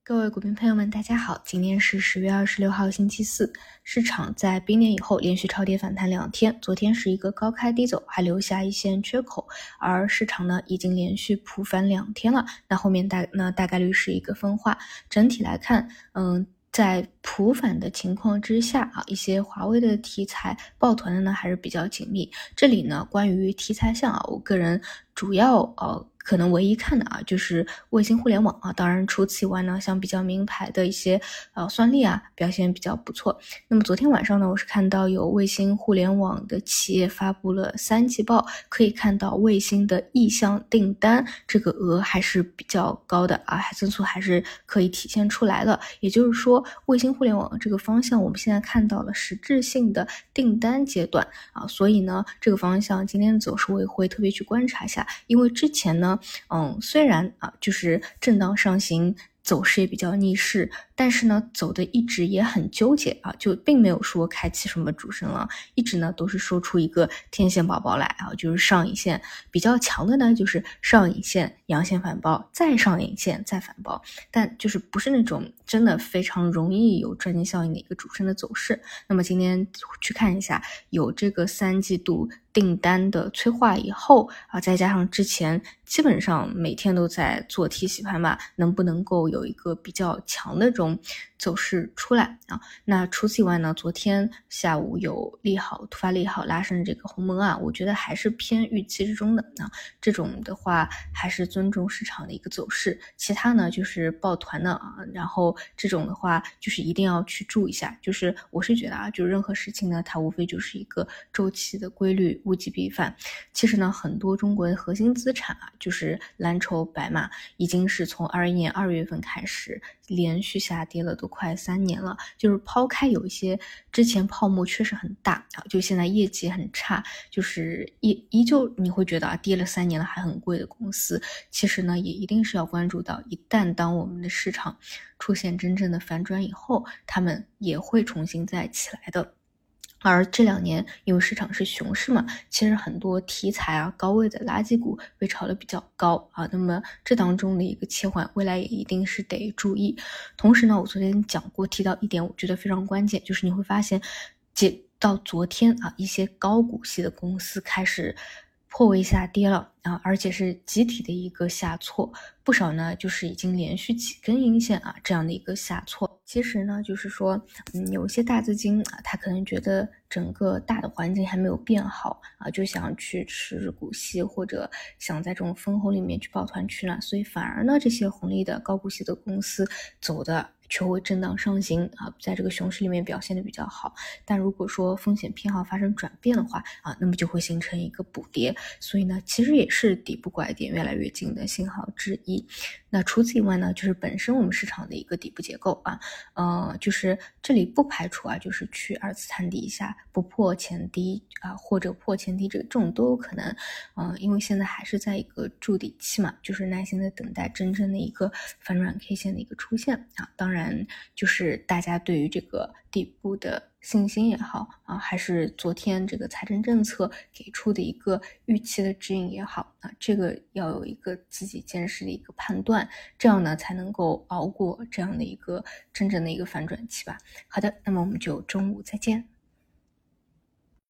各位股民朋友们，大家好，今天是10月26号星期四，市场在冰点以后连续超跌反弹2天，昨天是一个高开低走，还留下一线缺口，而市场呢已经连续普反2天了，那后面大概率是一个分化。整体来看，在普反的情况之下一些华为的题材抱团的呢还是比较紧密。这里呢关于题材项我个人主要可能唯一看的就是卫星互联网当然除此以外呢，像比较名牌的一些算力表现比较不错。那么昨天晚上呢，我是看到有卫星互联网的企业发布了3季报，可以看到卫星的意向订单这个额还是比较高的增速还是可以体现出来的。也就是说，卫星互联网这个方向我们现在看到了实质性的订单阶段所以呢，这个方向今天的走势我也会特别去观察一下，因为之前呢虽然就是震荡上行，走势也比较逆势，但是呢走的一直也很纠结就并没有说开启什么主升浪，一直呢都是说出一个天线宝宝来就是上影线比较强的呢，就是上影线阳线反包，再上影线再反包，但就是不是那种真的非常容易有赚钱效应的一个主升的走势。那么今天去看一下，有这个3季度订单的催化以后再加上之前基本上每天都在做题洗盘吧，能不能够有一个比较强的这种走势出来那除此以外呢，昨天下午有突发利好拉升这个鸿蒙我觉得还是偏预期之中的这种的话还是尊重市场的一个走势。其他呢就是抱团的然后这种的话就是一定要去注意一下，就是我是觉得就任何事情呢，它无非就是一个周期的规律，物极必反。其实呢，很多中国的核心资产就是蓝筹白马，已经是从21年2月份开始连续下跌了，都快3年了。就是抛开有一些之前泡沫确实很大就现在业绩很差，就是依旧你会觉得跌了3年了还很贵的公司，其实呢也一定是要关注到，一旦当我们的市场出现真正的反转以后，他们也会重新再起来的。而这2年因为市场是熊市嘛，其实很多题材高位的垃圾股被炒得比较高那么这当中的一个切换未来也一定是得注意。同时呢，我昨天提到一点我觉得非常关键，就是你会发现到昨天一些高股息的公司开始破位下跌了而且是集体的一个下挫，不少呢就是已经连续几根阴线这样的一个下挫。其实呢就是说有一些大资金他可能觉得整个大的环境还没有变好就想去吃股息，或者想在这种分红里面去抱团取暖，所以反而呢这些红利的高股息的公司走的却会震荡上行在这个熊市里面表现的比较好。但如果说风险偏好发生转变的话那么就会形成一个补跌，所以呢其实也是底部拐点越来越近的信号之一。那除此以外呢，就是本身我们市场的一个底部结构就是这里不排除就是去2次探底一下，不破前低或者破前低这种都有可能因为现在还是在一个筑底期嘛，就是耐心的等待真正的一个反转 K 线的一个出现当然就是大家对于这个底部的信心也好还是昨天这个财政政策给出的一个预期的指引也好这个要有一个自己见识的一个判断，这样呢才能够熬过这样的一个真正的一个反转期吧。好的，那么我们就中午再见。